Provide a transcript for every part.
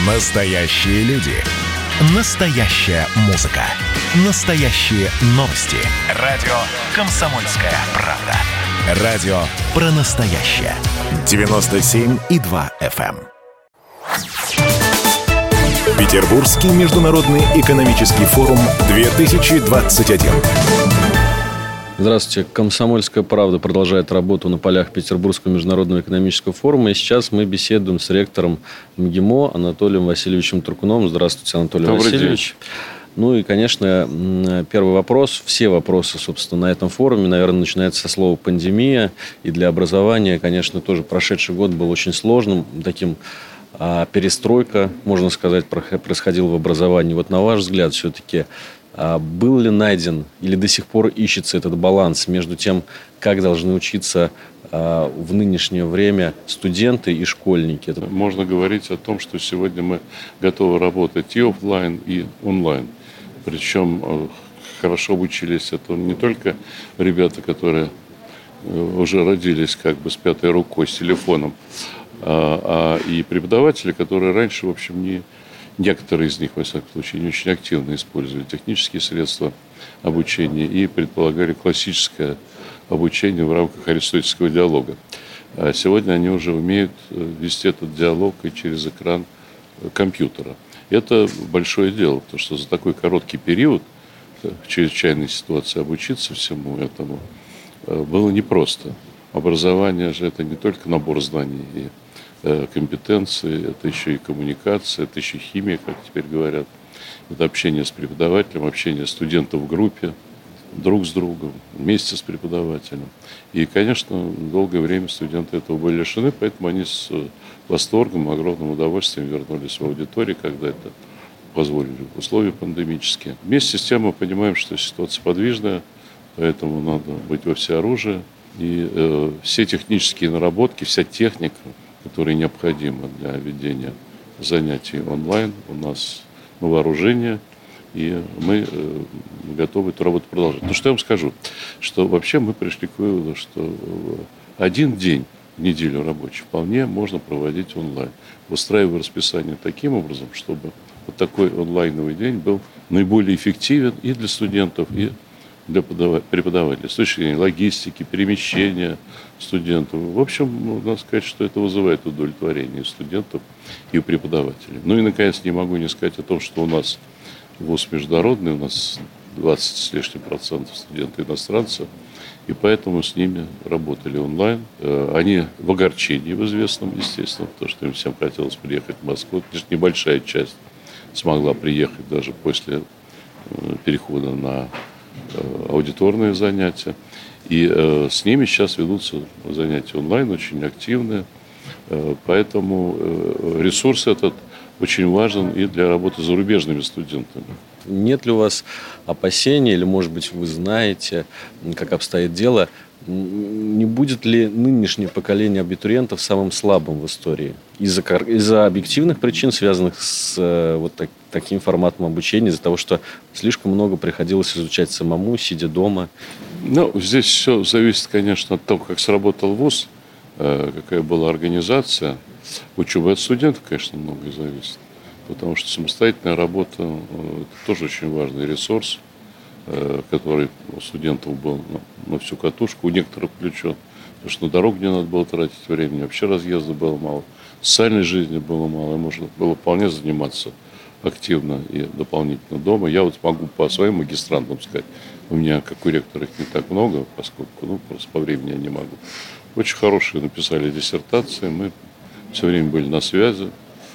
Настоящие люди. Настоящая музыка. Настоящие новости. Радио «Комсомольская правда». Радио про настоящее. 97,2 FM. Петербургский международный экономический форум 2021. Здравствуйте. «Комсомольская правда» продолжает работу на полях Петербургского международного экономического форума. И сейчас мы беседуем с ректором МГИМО Анатолием Васильевичем Туркуновым. Здравствуйте, Анатолий Васильевич. Ну и, конечно, первый вопрос. Все вопросы, собственно, на этом форуме, наверное, начинаются со слова «пандемия». И для образования, конечно, тоже прошедший год был очень сложным, таким перестройка, можно сказать, происходила в образовании. Вот на ваш взгляд, все-таки был ли найден или до сих пор ищется этот баланс между тем, как должны учиться в нынешнее время студенты и школьники? Можно говорить о том, что сегодня мы готовы работать и офлайн, и онлайн. Причем хорошо обучились это не только ребята, которые уже родились как бы с пятой рукой, с телефоном, а и преподаватели, которые раньше, в общем, некоторые из них, во всяком случае, не очень активно использовали технические средства обучения и предполагали классическое обучение в рамках аристотельского диалога. А сегодня они уже умеют вести этот диалог и через экран компьютера. Это большое дело, потому что за такой короткий период в чрезвычайной ситуации обучиться всему этому было непросто. Образование же это не только набор знаний и компетенции, это еще и коммуникация, это еще химия, как теперь говорят. Это общение с преподавателем, общение студентов в группе, друг с другом, вместе с преподавателем. И, конечно, долгое время студенты этого были лишены, поэтому они с восторгом, огромным удовольствием вернулись в аудиторию, когда это позволили условия пандемические. Вместе с тем мы понимаем, что ситуация подвижная, поэтому надо быть во всеоружии. И все технические наработки, вся техника, которые необходимы для ведения занятий онлайн, у нас на вооружении, и мы готовы эту работу продолжать. Но что я вам скажу, что вообще мы пришли к выводу, что один день в неделю рабочий вполне можно проводить онлайн, устраивая расписание таким образом, чтобы вот такой онлайновый день был наиболее эффективен и для студентов, и для преподавателей, с точки зрения логистики, перемещения студентов. В общем, надо сказать, что это вызывает удовлетворение у студентов и у преподавателей. Ну и, наконец, не могу не сказать о том, что у нас вуз международный, у нас 20 с лишним процентов студентов иностранцев, и поэтому с ними работали онлайн. Они в огорчении, в известном, естественно, потому что им всем хотелось приехать в Москву. Лишь небольшая часть смогла приехать даже после перехода на аудиторные занятия. И с ними сейчас ведутся занятия онлайн, очень активные. Поэтому ресурс этот очень важен и для работы с зарубежными студентами. Нет ли у вас опасений, или, может быть, вы знаете, как обстоит дело, не будет ли нынешнее поколение абитуриентов самым слабым в истории? Из-за объективных причин, связанных с таким форматом обучения, из-за того, что слишком много приходилось изучать самому, сидя дома? Ну, здесь все зависит, конечно, от того, как сработал вуз, какая была организация. Учеба от студентов, конечно, многое зависит. Потому что самостоятельная работа – это тоже очень важный ресурс, который у студентов был на всю катушку, у некоторых включен. Потому что на дорогу не надо было тратить времени, вообще разъезда было мало, социальной жизни было мало, и можно было вполне заниматься активно и дополнительно дома. Я вот могу по своим магистрантам сказать, у меня, как у ректора, их не так много, поскольку просто по времени я не могу. Очень хорошие написали диссертации, мы все время были на связи.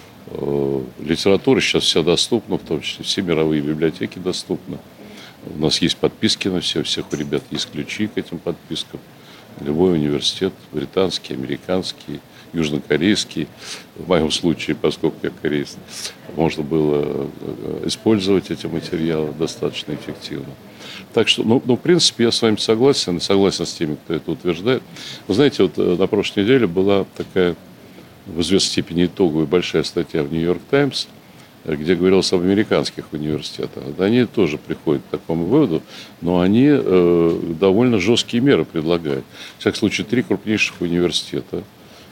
Литература сейчас вся доступна, в том числе все мировые библиотеки доступны. У нас есть подписки на все, у всех у ребят есть ключи к этим подпискам. Любой университет, британский, американский, южнокорейский, в моем случае, поскольку я кореец, можно было использовать эти материалы достаточно эффективно. Так что, в принципе, я с вами согласен, и согласен с теми, кто это утверждает. Вы знаете, вот на прошлой неделе была такая в известной степени итоговая большая статья в «Нью-Йорк Таймс», где говорилось об американских университетах. Они тоже приходят к такому выводу, но они довольно жесткие меры предлагают. В всяком случае, 3 крупнейших университета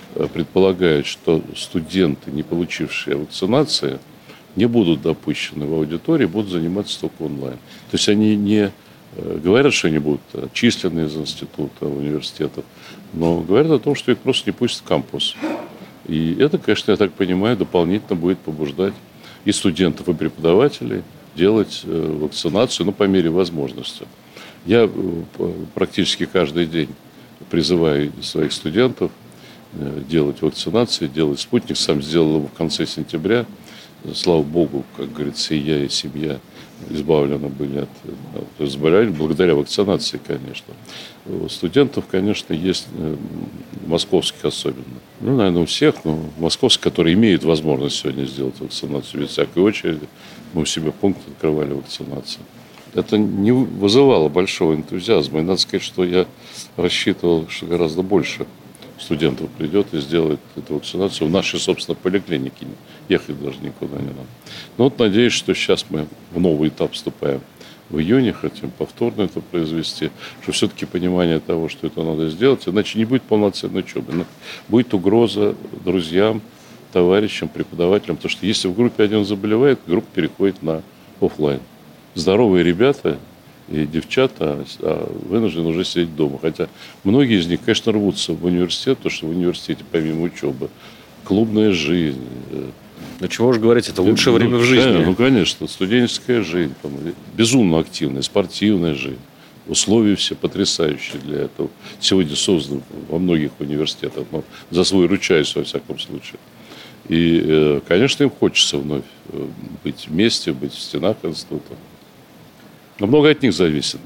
предполагают, что студенты, не получившие вакцинации, не будут допущены в аудитории, будут заниматься только онлайн. То есть они не говорят, что они будут отчислены из института, университетов, но говорят о том, что их просто не пустят в кампус. И это, конечно, я так понимаю, дополнительно будет побуждать и студентов, и преподавателей делать вакцинацию, по мере возможности. Я практически каждый день призываю своих студентов делать вакцинацию, делать спутник. Сам сделал его в конце сентября. Слава Богу, как говорится, и я, и семья избавлены были от заболеваний, благодаря вакцинации, конечно. У студентов, конечно, есть, московских особенно. Наверное, у всех, но московских, которые имеют возможность сегодня сделать вакцинацию, без всякой очереди. Мы у себя пункт открывали вакцинацию. Это не вызывало большого энтузиазма. И надо сказать, что я рассчитывал, что гораздо больше студентов придет и сделает эту вакцинацию в нашей, собственно, поликлинике. Ехать даже никуда не надо. Но надеюсь, что сейчас мы в новый этап вступаем в июне, хотим повторно это произвести, что все-таки понимание того, что это надо сделать, иначе не будет полноценной учебы. Будет угроза друзьям, товарищам, преподавателям, потому что если в группе один заболевает, группа переходит на офлайн. Здоровые ребята и девчата вынуждены уже сидеть дома. Хотя многие из них, конечно, рвутся в университет, потому что в университете, помимо учебы, клубная жизнь. Ну, чего уж говорить, это лучшее время в жизни. Конечно, студенческая жизнь, безумно активная, спортивная жизнь. Условия все потрясающие для этого. Сегодня созданы во многих университетах, но за свой ручаюсь, во всяком случае. И, конечно, им хочется вновь быть вместе, быть в стенах института. Но много от них зависит.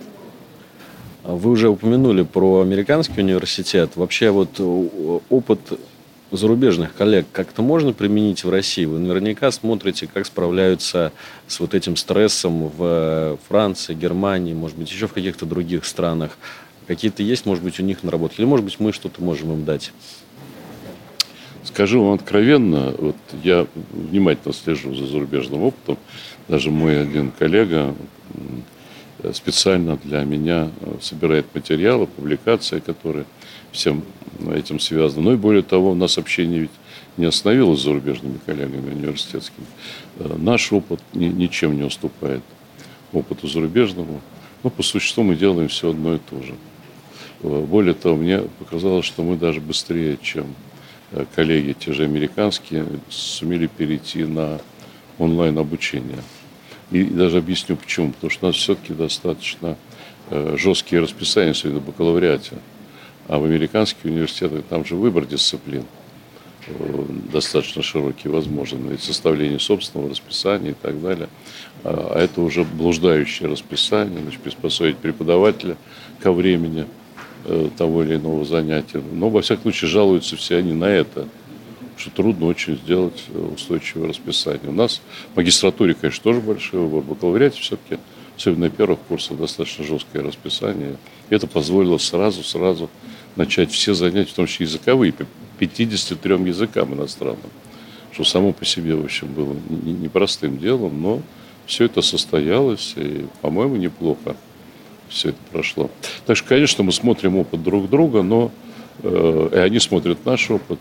Вы уже упомянули про американский университет. Вообще опыт зарубежных коллег как-то можно применить в России? Вы наверняка смотрите, как справляются с этим стрессом в Франции, Германии, может быть, еще в каких-то других странах. Какие-то есть, может быть, у них наработки? Или, может быть, мы что-то можем им дать? Скажу вам откровенно, я внимательно слежу за зарубежным опытом. Даже мой один коллега специально для меня собирает материалы, публикации, которые всем этим связаны. Ну и более того, у нас общение ведь не остановилось с зарубежными коллегами университетскими. Наш опыт ничем не уступает опыту зарубежному. Но по существу мы делаем все одно и то же. Более того, мне показалось, что мы даже быстрее, чем коллеги, те же американские, сумели перейти на онлайн-обучение. И даже объясню почему. Потому что у нас все-таки достаточно жесткие расписания, особенно в бакалавриате. А в американских университетах там же выбор дисциплин достаточно широкий, возможен. И составление собственного расписания и так далее. А это уже блуждающее расписание, приспособить преподавателя ко времени того или иного занятия. Но, во всяком случае, жалуются все они на это, что трудно очень сделать устойчивое расписание. У нас в магистратуре, конечно, тоже большой выбор. В бакалавриате все-таки, особенно на первых курсах, достаточно жесткое расписание. И это позволило сразу начать все занятия, в том числе языковые, по 53 языкам иностранным. Что само по себе, в общем, было непростым делом, но все это состоялось, и, по-моему, неплохо все это прошло. Так что, конечно, мы смотрим опыт друг друга, но и они смотрят наш опыт.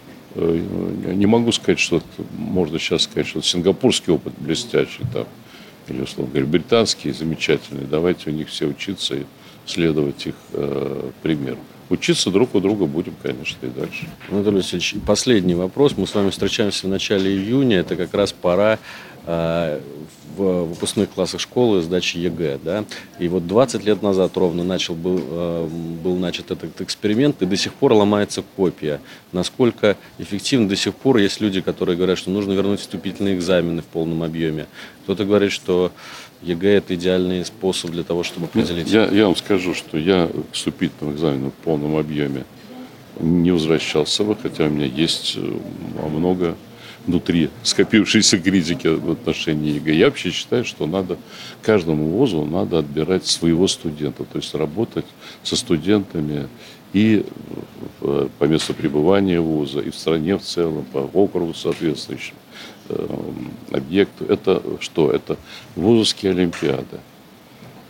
Не могу сказать, что можно сейчас сказать, что сингапурский опыт блестящий там, или, условно говоря, британский замечательный. Давайте у них все учиться и следовать их примеру. Учиться друг у друга будем, конечно, и дальше. Анатолий Васильевич, последний вопрос. Мы с вами встречаемся в начале июня. Это как раз пора в выпускных классах школы сдачи ЕГЭ. Да? И 20 лет назад ровно был начат этот эксперимент, и до сих пор ломается копия. Насколько эффективно до сих пор есть люди, которые говорят, что нужно вернуть вступительные экзамены в полном объеме. Кто-то говорит, что ЕГЭ – это идеальный способ для того, чтобы определить. Я вам скажу, что я к вступительному экзамену в полном объеме не возвращался бы, хотя у меня есть много внутри скопившейся критики в отношении ЕГЭ. Я вообще считаю, что каждому вузу надо отбирать своего студента, то есть работать со студентами и по месту пребывания вуза, и в стране в целом, по округу соответствующим объекту. Это что? Это вузовские олимпиады.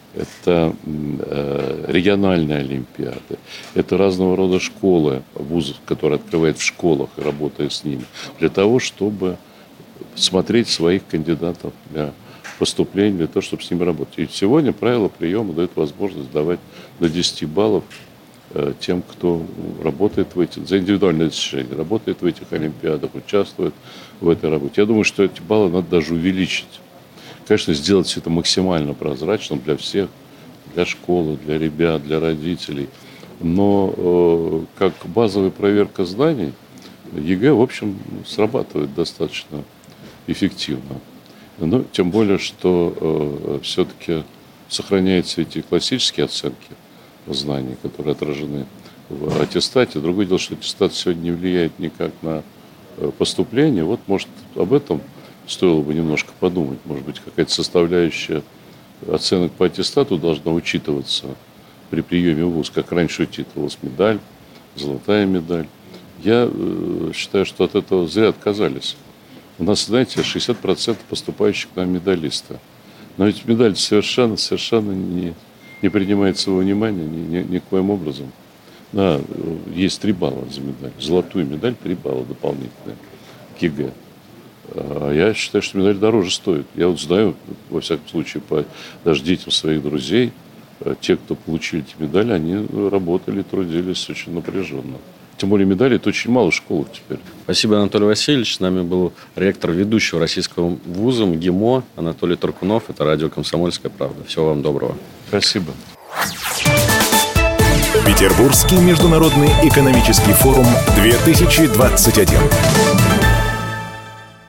это региональные олимпиады, это разного рода школы, вузов, которые открывают в школах и работают с ними, для того, чтобы смотреть своих кандидатов для поступления, для того, чтобы с ними работать. И сегодня правила приема дают возможность давать до 10 баллов тем, кто работает за индивидуальное достижение, работает в этих олимпиадах, участвует в этой работе. Я думаю, что эти баллы надо даже увеличить. Конечно, сделать все это максимально прозрачным для всех, для школы, для ребят, для родителей. Но как базовая проверка знаний, ЕГЭ, в общем, срабатывает достаточно эффективно. Но тем более, что все-таки сохраняются эти классические оценки знаний, которые отражены в аттестате. Другое дело, что аттестат сегодня не влияет никак на поступление. Вот, может, об этом стоило бы немножко подумать. Может быть, какая-то составляющая оценок по аттестату должна учитываться при приеме в вуз, как раньше учитывалась медаль, золотая медаль. Я считаю, что от этого зря отказались. У нас, знаете, 60% поступающих к нам медалисты. Но ведь медаль совершенно не принимается во внимание никоим образом. Да, есть 3 балла за медаль. Золотую медаль 3 балла дополнительные к ЕГЭ. Я считаю, что медаль дороже стоит. Я вот знаю, во всяком случае, по даже детям своих друзей, те, кто получили эти медали, они работали, трудились очень напряженно. Тем более медалей это очень мало в школах теперь. Спасибо, Анатолий Васильевич. С нами был ректор ведущего российского вуза МГИМО Анатолий Туркунов. Это радио «Комсомольская правда». Всего вам доброго. Спасибо. Петербургский международный экономический форум 2021.